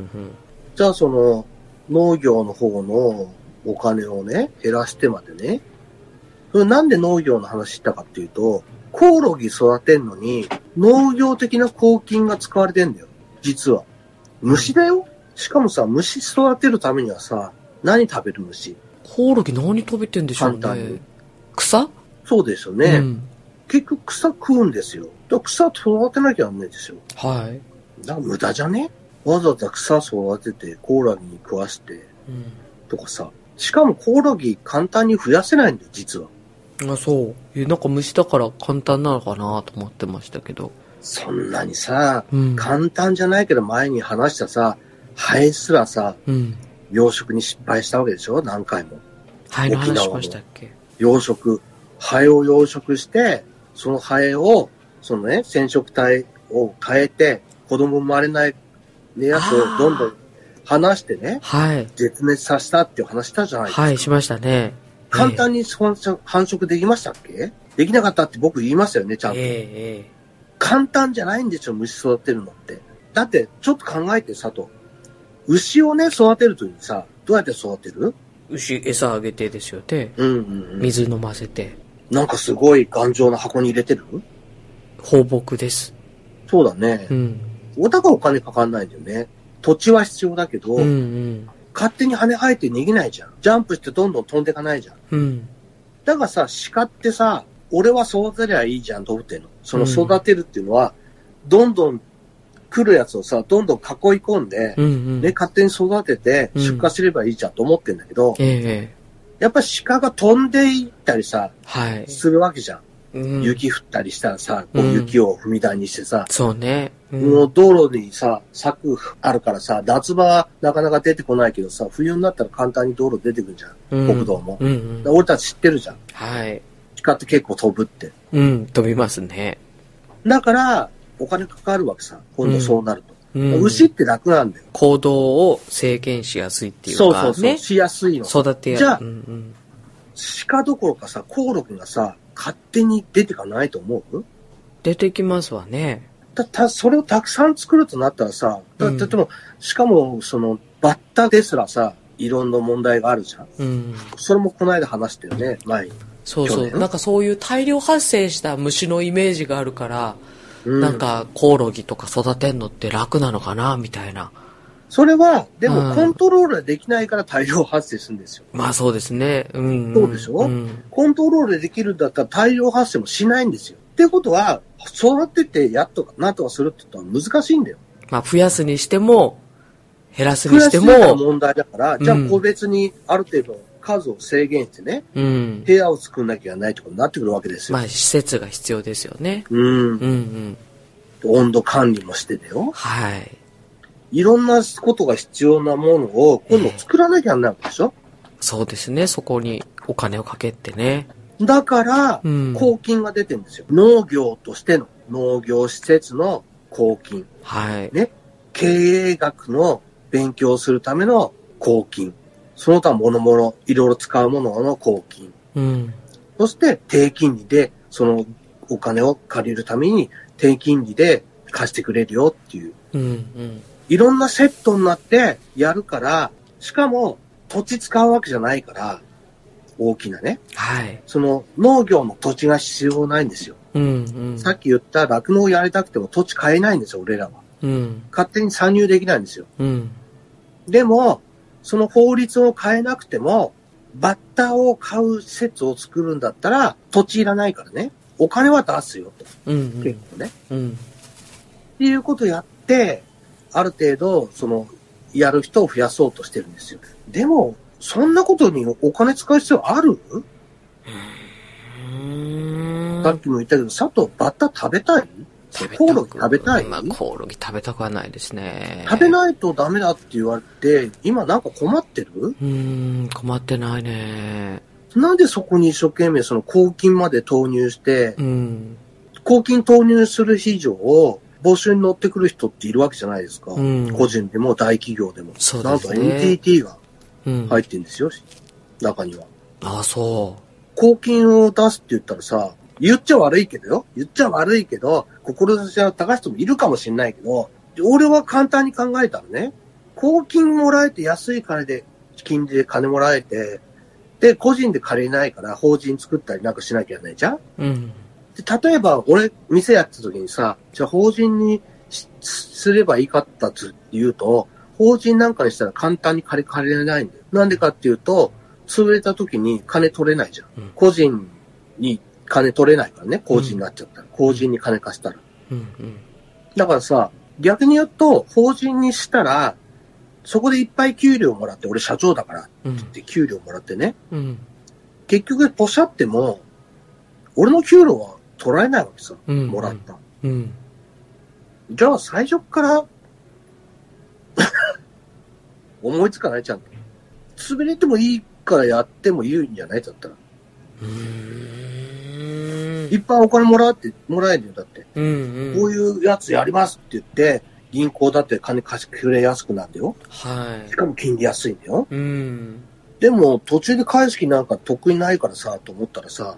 じゃあその農業の方のお金をね、減らしてまでね。それなんで農業の話したかっていうと、コオロギ育てんのに農業的な公金が使われてんだよ。実は。虫だよ。しかもさ、虫育てるためにはさ、何食べる虫？ コオロギ何食べてんでしょうね。簡単に。草？ そうですよね。うん、結局草食うんですよ。だから草育てなきゃダメですよ。 はい。 だから無駄じゃね？わざわざ草育ててコオロギに食わして、うん、とかさ。しかもコオロギ簡単に増やせないんだよ、実は。 あ、そう。え、なんか虫だから簡単なのかなと思ってましたけど。 そんなにさ、うん、簡単じゃないけど前に話したさ、ハエすらさ、うん、養殖に失敗したわけでしょ？何回も。 ハエの話しましたっけ？ 養殖。ハエを養殖して、そのハエを、そのね、染色体を変えて、子供生まれないやつをどんどん離してね、はい。絶滅させたっていう話したじゃないですか。 はい、しましたね。 簡単に繁殖できましたっけ？できなかったって僕言いましたよね、ちゃんと。えーえー、簡単じゃないんですよ、虫育てるのって。だって、ちょっと考えて、佐藤。牛をね、育てるときにさ、どうやって育てる？ 牛、餌あげてですよね。うんうんうん。水飲ませて。 なんかすごい頑丈な箱に入れてる？ 放牧です。 そうだね。うん。おだがお金かかんないんだよね。土地は必要だけど、うんうん、勝手に羽生えて逃げないじゃん。ジャンプしてどんどん飛んでいかないじゃん。うん。だからさ、鹿ってさ、俺は育てりゃいいじゃんと思ってんの。その育てるっていうのは、うん、どんどん来るやつをさ、どんどん囲い込んで、うんうん、で、勝手に育てて出荷すればいいじゃんと思ってんだけど、うん、えーやっぱ鹿が飛んでいったりさ、はい、するわけじゃん、うん。雪降ったりしたらさ、こう雪を踏み台にしてさ、 うん、そうね。 うん、もう道路にさ、柵あるからさ、夏場はなかなか出てこないけどさ、冬になったら簡単に道路出てくるじゃん。うん、国道も、うんうん。俺たち知ってるじゃん。はい。鹿って結構飛ぶって。 うん、飛びますね。 だから、お金かかるわけさ、今度そうなると。うん、牛って楽なんだよ。 行動を制限しやすいっていうか、ね。そうそうそう、 ね、しやすいの。 育てやすい。じゃあ、うんうん、鹿どころかさ、コオロギがさ、勝手に出てかないと思う？ 出てきますわね。 た、た、それをたくさん作るとなったらさ、だってでも、しかも、その、バッタですらさ、いろんな問題があるじゃん。うん。それもこの間話したよね、前に。 そうそう。なんかそういう大量発生した虫のイメージがあるから、うん、なんかコオロギとか育てんのって楽なのかなみたいな。 それはでもコントロールできないから大量発生するんですよ。 まあそうですね。うん、うん、 そうでしょ、うん、コントロールできるんだったら大量発生もしないんですよ。ってことは育ててやっとかなんとかするってことは難しいんだよ。 まあ増やすにしても減らすにしても増やすのが問題だから、じゃあ個別にある程度数を制限してね、うん、部屋を作んなきゃいけないとかになってくるわけですよ。 まあ施設が必要ですよね。うん。うんうん。 温度管理もしてだよ。 はい。 いろんなことが必要なものを今度作らなきゃなるわけでしょ、えー、 そうですね。そこにお金をかけてね。 だから、公金が出てるんですよ。うん、農業としての、農業施設の公金。 はい。 ね。経営学の勉強するための公金。その他諸々、いろいろ使うものの公金。 うん。 そして、低金利で、そのお金を借りるために、低金利で貸してくれるよっていう。 うんうん。 いろんなセットになってやるから、しかも土地使うわけじゃないから、大きなね。 はい。 その農業の土地が必要ないんですよ。 うんうん。 さっき言った酪農をやりたくても土地買えないんですよ、俺らは。 うん。 勝手に参入できないんですよ。 うん。 でも、その法律を変えなくても、バッターを買う施設を作るんだったら、土地いらないからね。お金は出すよと。 うんうん。 結構ね。 うん。 っていうことをやって、ある程度、その、やる人を増やそうとしてるんですよ。でも、そんなことにお金使う必要ある？さっきも言ったけど、佐藤、バッタ食べたい？コオロギ食べたい？ まあ、コオロギ食べたくはないですね。 食べないとダメだって言われて、今なんか困ってる？ うーん、困ってないね。 なんでそこに一生懸命その公金まで投入して、 うん、 公金投入する以上、募集に乗ってくる人っているわけじゃないですか。うん、個人でも大企業でも。 そうですね。 なんと エヌティーティー が入ってるんですよ、うん、中には。 ああ、そう。 公金を出すって言ったらさ、言っちゃ悪いけどよ。言っちゃ悪いけど、志は高い人もいるかもしれないけど、俺は簡単に考えたらね、公金もらえて安い金で、金利で金もらえて、で、個人で借りないから法人作ったりなんかしなきゃいけないじゃん？ うん。 で、例えば俺、店やってた時にさ、じゃあ法人にすればいいかったって言うと、法人なんかにしたら簡単に借り、借りれないんだよ。なんでかっていうと、潰れた時に金取れないじゃん。うん、個人に金取れないからね、法人になっちゃったら。うん、法人に金貸したら。 うんうん、 だからさ、逆に言うと、法人にしたら、そこでいっぱい給料もらって、俺社長だからって言って給料もらってね。 うん、 結局、ポシャっても、俺の給料は取られないわけさ。うん、もらった。 うん、 じゃあ最初から思いつかないちゃんと。潰れてもいいからやってもいいんじゃないだったら。 うーん、 いっぱいお金もらって、もらえるよ、だって。 うんうん、 こういうやつやりますって言って、銀行だって金貸しくれやすくなるんだよ。 はい。 しかも金利安いんだよ。 うん。 でも途中で返す気なんか得意ないからさ、と思ったらさ、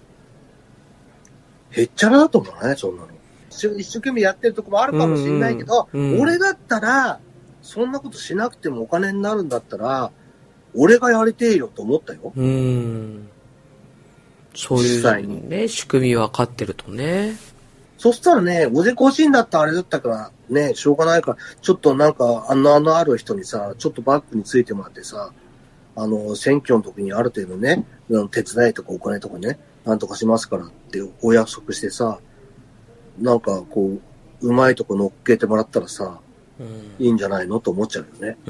へっちゃらだと思わないそんなの。一生懸命やってるとこもあるかもしれないけど、うんうん、俺だったら、そんなことしなくてもお金になるんだったら、俺がやりてえよと思ったよ。 うん。そういうね、仕組み分かってるとね。 そしたらね、おでこ欲しいんだったらあれだったからね、しょうがないから、ちょっとなんか、あの、あのある人にさ、ちょっとバックについてもらってさ、あの、選挙の時にある程度ね、手伝いとかお金とかね、なんとかしますからってお約束してさ、なんかこう、うまいとこ乗っけてもらったらさ、うん、いいんじゃないのと思っちゃうよね。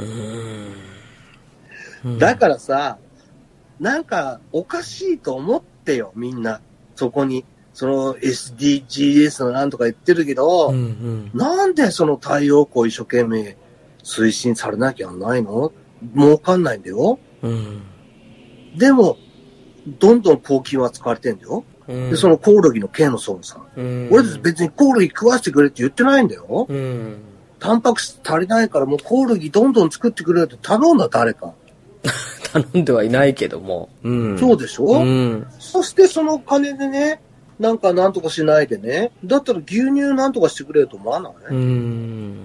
うん、 だからさ、なんかおかしいと思ってよ、みんな。そこに。その エスディージーエス のなんとか言ってるけど、 うんうん、 なんでその太陽光一生懸命推進されなきゃないの？儲かんないんだよ。 うん、 でも、どんどん公金は使われてんだよ。うん、で、そのコオロギの毛の層さ、うん、俺別にコオロギ食わせてくれって言ってないんだよ。 うん、 タンパク質足りないからもうコオロギどんどん作ってくれって頼んだ誰か。 頼んではいないけども。 うん、そうでしょ、うん、そしてその金でね、なんかなんとかしないでね。だったら牛乳なんとかしてくれよと思わない？ うん。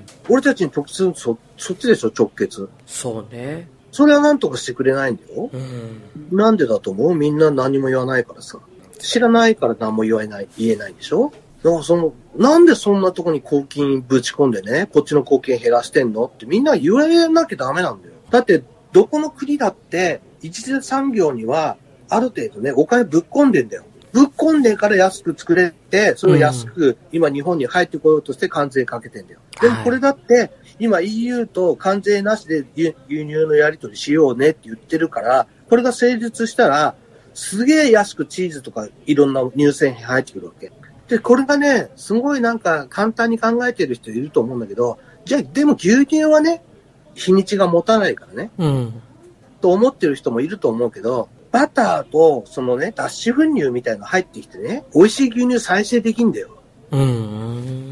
俺たちに直接そ、そっちでしょ、直結。 そうね。 それはなんとかしてくれないんだよ。 うん。 なんでだと思う？みんな何も言わないからさ。知らないから何も言えない、言えないんでしょ？だからその、なんでそんなとこに公金ぶち込んでね、こっちの公金減らしてんのってみんな言われなきゃダメなんだよ。だって、どこの国だって、一次産業には、ある程度ね、お金ぶっ込んでんだよ。ぶっ込んでから安く作れて、それを安く今日本に入ってこようとして関税かけてんだよ。でもこれだって、今 イーユー と関税なしで輸入のやり取りしようねって言ってるから、これが成立したら、すげえ安くチーズとかいろんな乳製品入ってくるわけ。で、これがね、すごいなんか簡単に考えてる人いると思うんだけど、じゃあでも牛乳はね、日にちが持たないからね。 うん。 と思ってる人もいると思うけど、バターとそのね、脱脂粉乳みたいなの入ってきてね、美味しい牛乳再生できんだよ。 うん。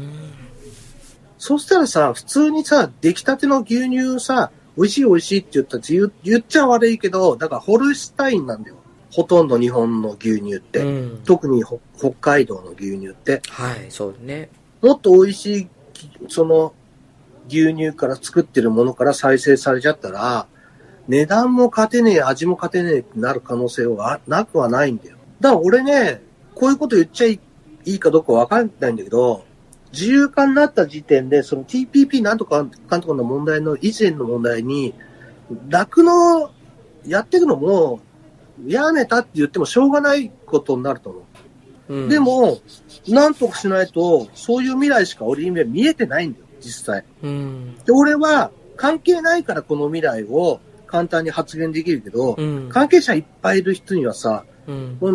そしたらさ、普通にさ、出来たての牛乳さ、美味しい美味しいって言ったら言、言っちゃ悪いけど、だからホルスタインなんだよ。ほとんど日本の牛乳って。うん、特に北海道の牛乳って。 はい、そうね。 もっと美味しい、その、牛乳から作ってるものから再生されちゃったら、値段も勝てねえ、味も勝てねえってなる可能性はなくはないんだよ。だから俺ね、こういうこと言っちゃいいかどうかわかんないんだけど、自由化になった時点で、その ティーピーピー なんとかかんとかの問題の以前の問題に、酪農やっていくのも、やめたって言ってもしょうがないことになると思う。うん、でも、なんとかしないと、そういう未来しか俺に見えてないんだよ、実際。うん、で、俺は関係ないからこの未来を簡単に発言できるけど、うん、関係者いっぱいいる人にはさ、うん、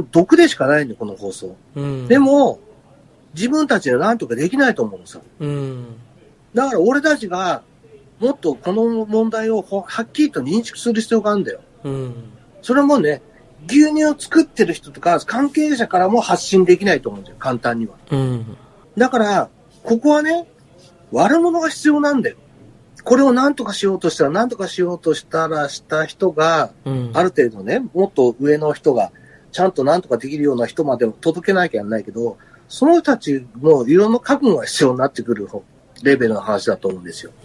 毒でしかないんだよ、この放送。うん、でも、自分たちでなんとかできないと思うのさ。うん、だから俺たちがもっとこの問題をはっきりと認識する必要があるんだよ。うん、それもね、牛乳を作ってる人とか関係者からも発信できないと思うんだよ、簡単には。うん、だから、ここはね、悪者が必要なんだよ。これを何とかしようとしたら、何とかしようとしたらした人が、うん、ある程度ね、もっと上の人が、ちゃんと何とかできるような人まで届けなきゃいけないけど、その人たちのいろんな覚悟が必要になってくるレベルの話だと思うんですよ。うん、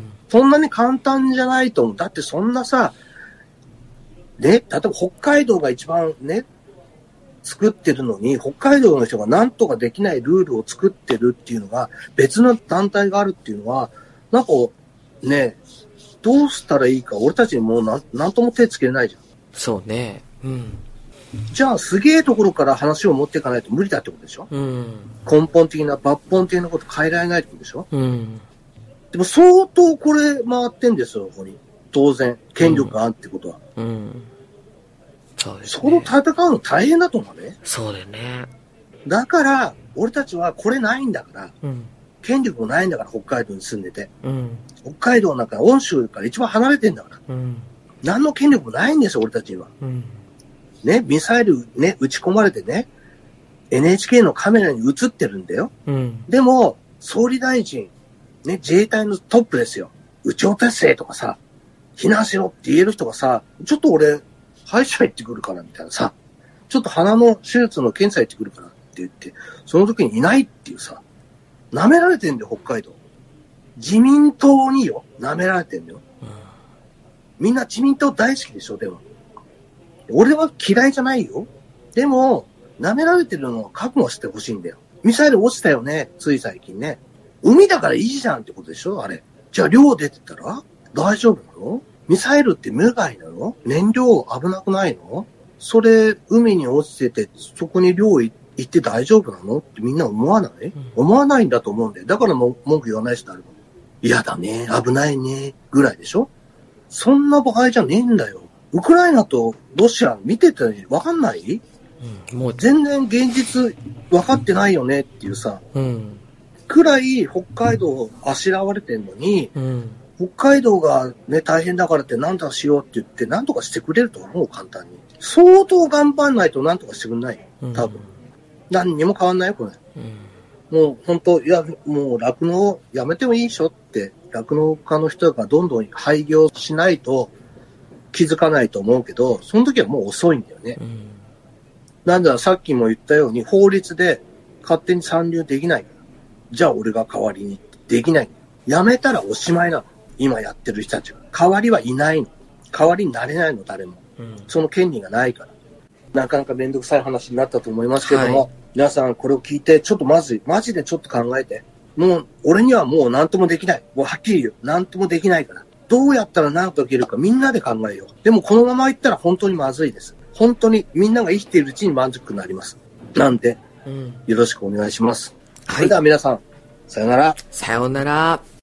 そんなに簡単じゃないと思う。だってそんなさ、ね、例えば北海道が一番ね、作ってるのに、北海道の人が何とかできないルールを作ってるっていうのが、別の団体があるっていうのは、なんかね、どうしたらいいか、俺たちにもうなん、なんとも手つけれないじゃん。 そうね。うん。 じゃあ、すげえところから話を持っていかないと無理だってことでしょ。うん。根本的な、抜本的なこと変えられないってことでしょ。うん。でも相当これ回ってんですよ、ここに。当然、権力があるってことは。うん。うん、そうですね。そこの戦うの大変だと思うね。 そうだよね。 だから、俺たちはこれないんだから、うん、権力もないんだから、北海道に住んでて。うん、北海道なんか温州から一番離れてんだから。うん、何の権力もないんですよ、俺たちには。うん、ね、ミサイルね、撃ち込まれてね、エヌエイチケー のカメラに映ってるんだよ。うん、でも、総理大臣、ね、自衛隊のトップですよ。撃ち落とせとかさ、避難しろって言える人がさ、ちょっと俺、歯医者行ってくるからみたいなさ、ちょっと鼻の手術の検査行ってくるからって言って、その時にいないっていうさ、舐められてんだよ、北海道。自民党によ、舐められてんだよ。うん、みんな自民党大好きでしょ、でも。俺は嫌いじゃないよ。でも、舐められてるのを覚悟してほしいんだよ。ミサイル落ちたよね、つい最近ね。海だからいいじゃんってことでしょ、あれ。じゃあ量出てたら大丈夫なの？ミサイルって無害なの？燃料危なくないの？それ、海に落ちてて、そこに量行って大丈夫なのってみんな思わない、うん、思わないんだと思うんで。だからも文句言わない人あるの。嫌だね、危ないね、ぐらいでしょ？そんな場合じゃねえんだよ。ウクライナとロシア見てて分かんない？うん、もう全然現実分かってないよねっていうさ、うん、くらい北海道あしらわれてんのに、うん、北海道がね、大変だからって何とかしようって言って何とかしてくれると思う、簡単に。相当頑張んないと何とかしてくんないよ、多分。うん、何にも変わんないよ、これ。うん、もう本当、いや、もう酪農やめてもいいでしょって、酪農家の人がどんどん廃業しないと気づかないと思うけど、その時はもう遅いんだよね。うん、なんだ、さっきも言ったように法律で勝手に参入できないから。じゃあ俺が代わりにできない。やめたらおしまいなの。今やってる人たちが。代わりはいないの。代わりになれないの、誰も。うん、その権利がないから。なかなかめんどくさい話になったと思いますけども、はい、皆さんこれを聞いて、ちょっとまず、マジでちょっと考えて。もう、俺にはもう何ともできない。もうはっきり言う。何ともできないから。どうやったら何とかいけるかみんなで考えよう。でもこのままいったら本当にまずいです。本当にみんなが生きているうちに満足になります。なんで、うん、よろしくお願いします。はい、それでは皆さん、さよなら。 さよなら。